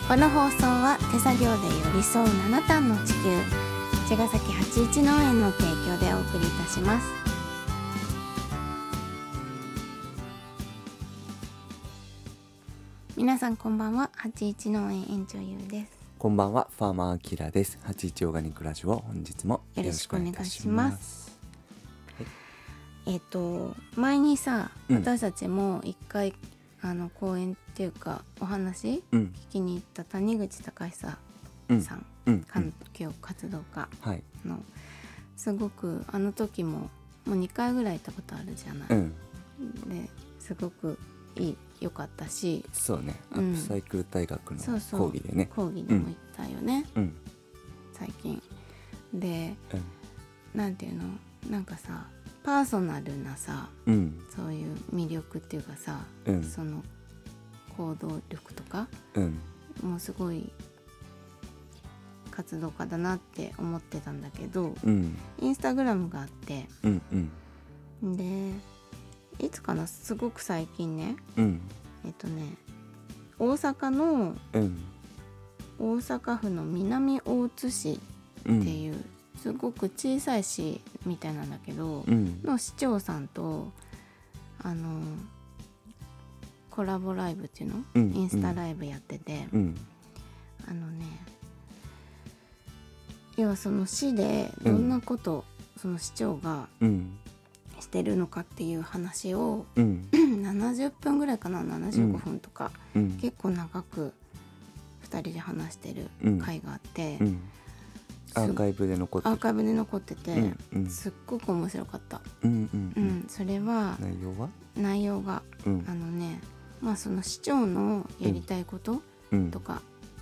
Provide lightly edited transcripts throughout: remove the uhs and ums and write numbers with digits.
この放送は手作業で寄り添う七段の地球茅ヶ崎八一農園の提供でお送りいたします。皆さんこんばんは。八一農園園長ゆうです。 こんばんは、ファーマーアキラです。八一オーガニックラジオ、本日もよろしくお願いいたします。 前にさ、私たちも一回講演っていうかお話、聞きに行った谷口隆久さん、環境活動家の、すごくあの時もう2回ぐらい行ったことあるじゃない、ですごく良かったし、 そうね、アップサイクル大学の講義でね、 講義にも行ったよね、最近で、なんていうの、なんかさパーソナルなさ、そういう魅力っていうかさ、その行動力とか、もうすごい活動家だなって思ってたんだけど、インスタグラムがあって、でいつかな、すごく最近ね、大阪の、大阪府の南大津市っていう、すごく小さい市みたいなんだけど、の市長さんとコラボライブっていうの、インスタライブやってて、要はその市でどんなこと、その市長がしてるのかっていう話を、70分ぐらいかな、75分とか、結構長く2人で話してる回があって、 アーカイブで残ってて、すっごく面白かった。それは内容が、その市長のやりたいこととか、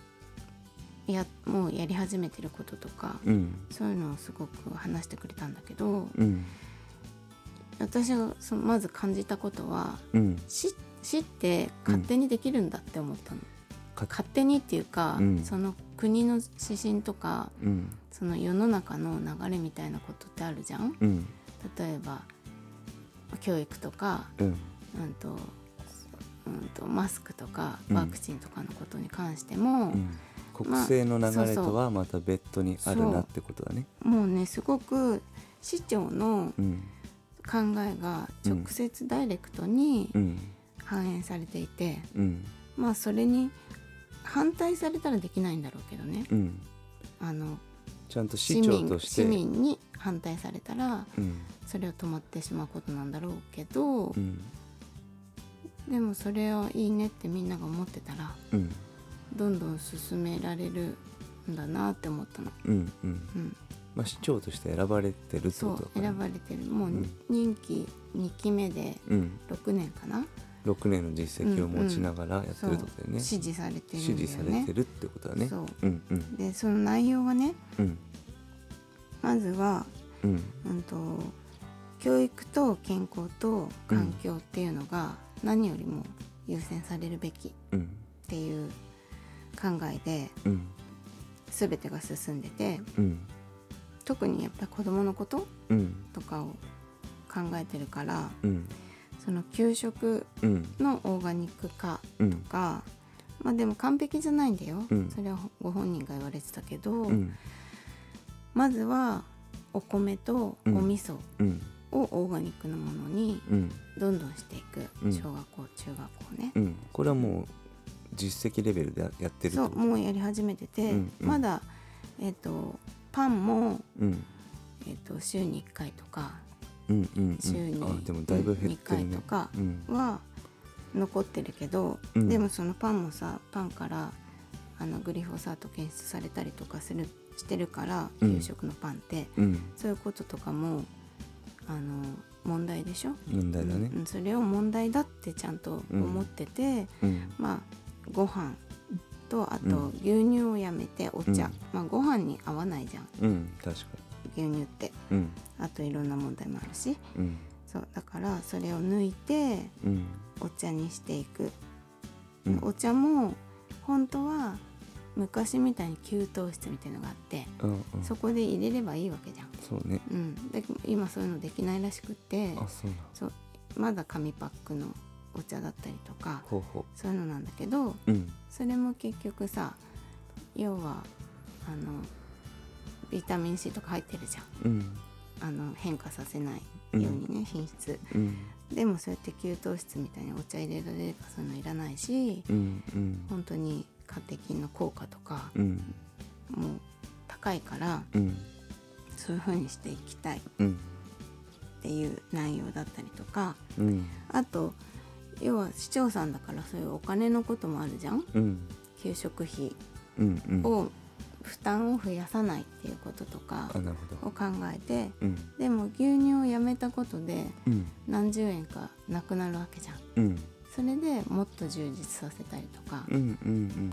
もうやり始めてることとか、そういうのをすごく話してくれたんだけど、私がまず感じたことは、市って勝手にできるんだって思ったの。勝手にっていうか、その国の指針とか、その世の中の流れみたいなことってあるじゃん、例えば教育とか、マスクとかワクチンとかのことに関しても、 国政の流れとはまた別途にあるなってことだね。 もうね、すごく市長の考えが直接ダイレクトに反映されていて、それに反対されたらできないんだろうけどね、 ちゃんと市長として市民に反対されたら、それを止まってしまうことなんだろうけど、でもそれはいいねってみんなが思ってたら、どんどん進められるんだなって思ったの。 市長として選ばれてるってことだから、 そう選ばれてる。もう任期2期目で6年かな、 6年の実績を持ちながらやってるってことだよね。 支持されてるんだよね。 支持されてるってことだね。 そう、でその内容がね、まずは、教育と健康と環境っていうのが何よりも優先されるべきっていう考えで、全てが進んでて、特にやっぱり子どものこと、とかを考えてるから、その給食のオーガニック化とか、でも完璧じゃないんだよ、それはご本人が言われてたけど、まずはお米とお味噌をオーガニックのものにどんどんしていく、小学校中学校ね、 これはもう実績レベルでやってる。 そう、もうやり始めてて、まだパンも、週に1回とか、週に2回とかは残ってるけど、でもそのパンもさ、パンからグリホサート検出されたりとかしてるから、給食のパンって、そういうこととかも問題でしょ。 問題だね、 それを問題だってちゃんと思ってて、ご飯と、あと牛乳をやめてお茶、ご飯に合わないじゃん、 確かに牛乳って、あといろんな問題もあるし、そうだからそれを抜いてお茶にしていく、お茶も本当は昔みたいに給湯室みたいなのがあって、そこで入れればいいわけじゃん。 そうね、 で今そういうのできないらしくって、 そうまだ紙パックのお茶だったりとか、 ほうほそういうのなんだけど、 う、うん、 それも結局さ、要はビタミン C とか入ってるじゃん、うん、変化させないようにね、品質、うん、でもそうやって給湯室みたいにお茶入れられればそういうのいらないし、うんうん、本当にカテキンの効果とか、うん、もう高いから、うん、そういう風にしていきたいっていう内容だったりとか、うん、あと要は市長さんだからそういうお金のこともあるじゃん、うん、給食費を負担を増やさないっていうこととかを考えて、うん、でも牛乳をやめたことで何十円かなくなるわけじゃん、うん、それでもっと充実させたりとか、うんうんうん、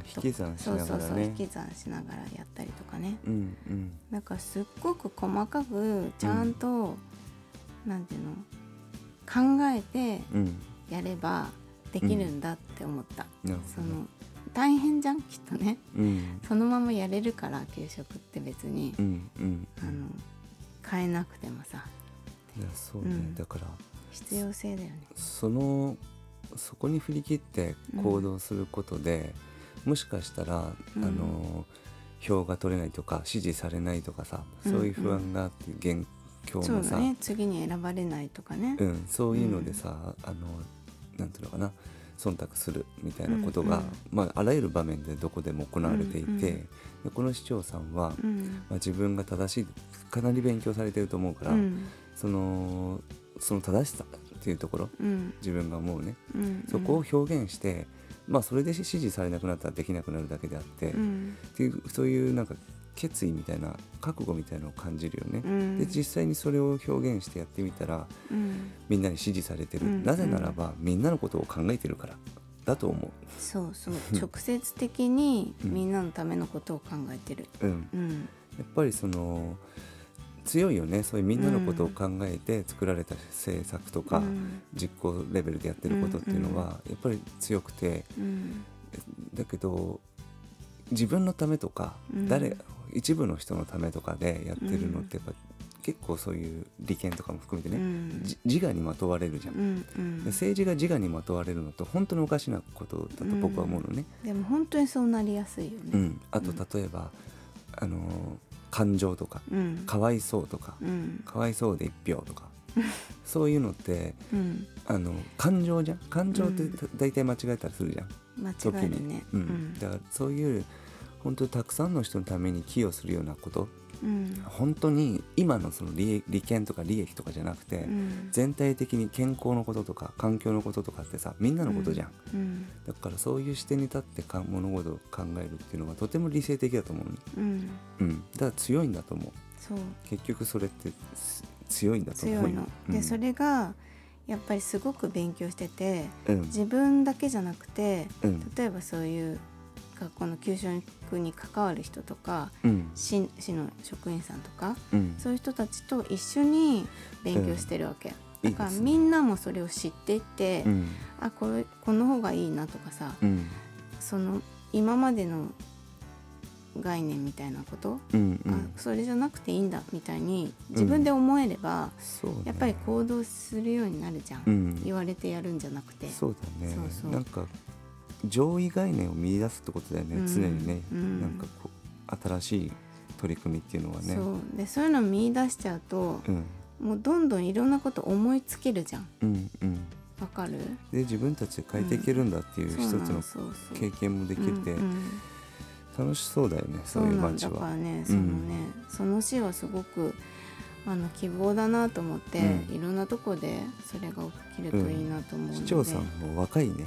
引き算しながらね、 そう引き算しながらやったりとかね、うんうん、だからすっごく細かくちゃんと、うん、なんていうの考えてやればできるんだって思った、うん、その大変じゃんきっとね、うん、そのままやれるから給食って別に、うんうん、変えなくてもさ、 いやそうね、うん、だから必要性だよね。 そこに振り切って行動することで、もしかしたら、票が取れないとか支持されないとかさ、そういう不安があって現況のさ、 そうだね、次に選ばれないとかね、 そういうのでさ、なんていうのかな、忖度するみたいなことが、あらゆる場面でどこでも行われていて、でこの市長さんは、自分が正しい、かなり勉強されてると思うから、その正しさっていうところ、自分が思うね、そこを表現して、それで支持されなくなったらできなくなるだけであって、っていうそういうなんか決意みたいな覚悟みたいなのを感じるよね、で実際にそれを表現してやってみたら、みんなに支持されてる、なぜならばみんなのことを考えてるからだと思う。 そうそう直接的にみんなのためのことを考えてる、やっぱりその強いよね、そういうみんなのことを考えて作られた政策とか、実行レベルでやってることっていうのはやっぱり強くて、だけど自分のためとか、一部の人のためとかでやってるのってやっぱ結構そういう利権とかも含めてね、自我にまとわれるじゃん、で政治が自我にまとわれるのって本当におかしなことだと僕は思うのね、 でも本当にそうなりやすいよね、 あと例えば、感情とか、かわいそうとか、かわいそうで1票とかそういうのって、感情じゃん、感情って大体間違えたりするじゃん、 間違えるね、 だからそういう本当にたくさんの人のために寄与するようなこと、本当に今のその利権とか利益とかじゃなくて、全体的に健康のこととか環境のこととかってさ、みんなのことじゃん、だからそういう視点に立って物事を考えるっていうのはとても理性的だと思うね、だから強いんだと思う。 そう結局それって強いんだと思う。 強いの、でそれがやっぱりすごく勉強してて、自分だけじゃなくて、例えばそういう学校の給食に関わる人とか、市の職員さんとか、そういう人たちと一緒に勉強してるわけ、だからみんなもそれを知っていって、この方がいいなとかさ、その今までの概念みたいなこと、それじゃなくていいんだみたいに自分で思えれば、やっぱり行動するようになるじゃん、言われてやるんじゃなくて。 そうだね、そうなんか上位概念を見出すってことだよね、常にね、なんかこう新しい取り組みっていうのはね、 そういうのを見出しちゃうと、もうどんどんいろんなこと思いつけるじゃん、わかる？ で自分たちで変えていけるんだっていう一つの経験もできて、楽しそうだよね、そういう街は。 だからね、その市はすごく希望だなと思って、いろんなとこでそれが起きるといいなと思うので、 市長さんも若いね、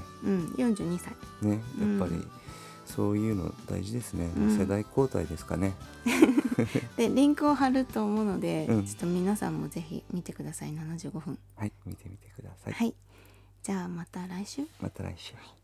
42歳ね、やっぱりそういうの大事ですね、世代交代ですかねでリンクを貼ると思うので、ちょっと皆さんもぜひ見てください。75分、 はい、見てみてください。 はい、じゃあまた来週。 また来週。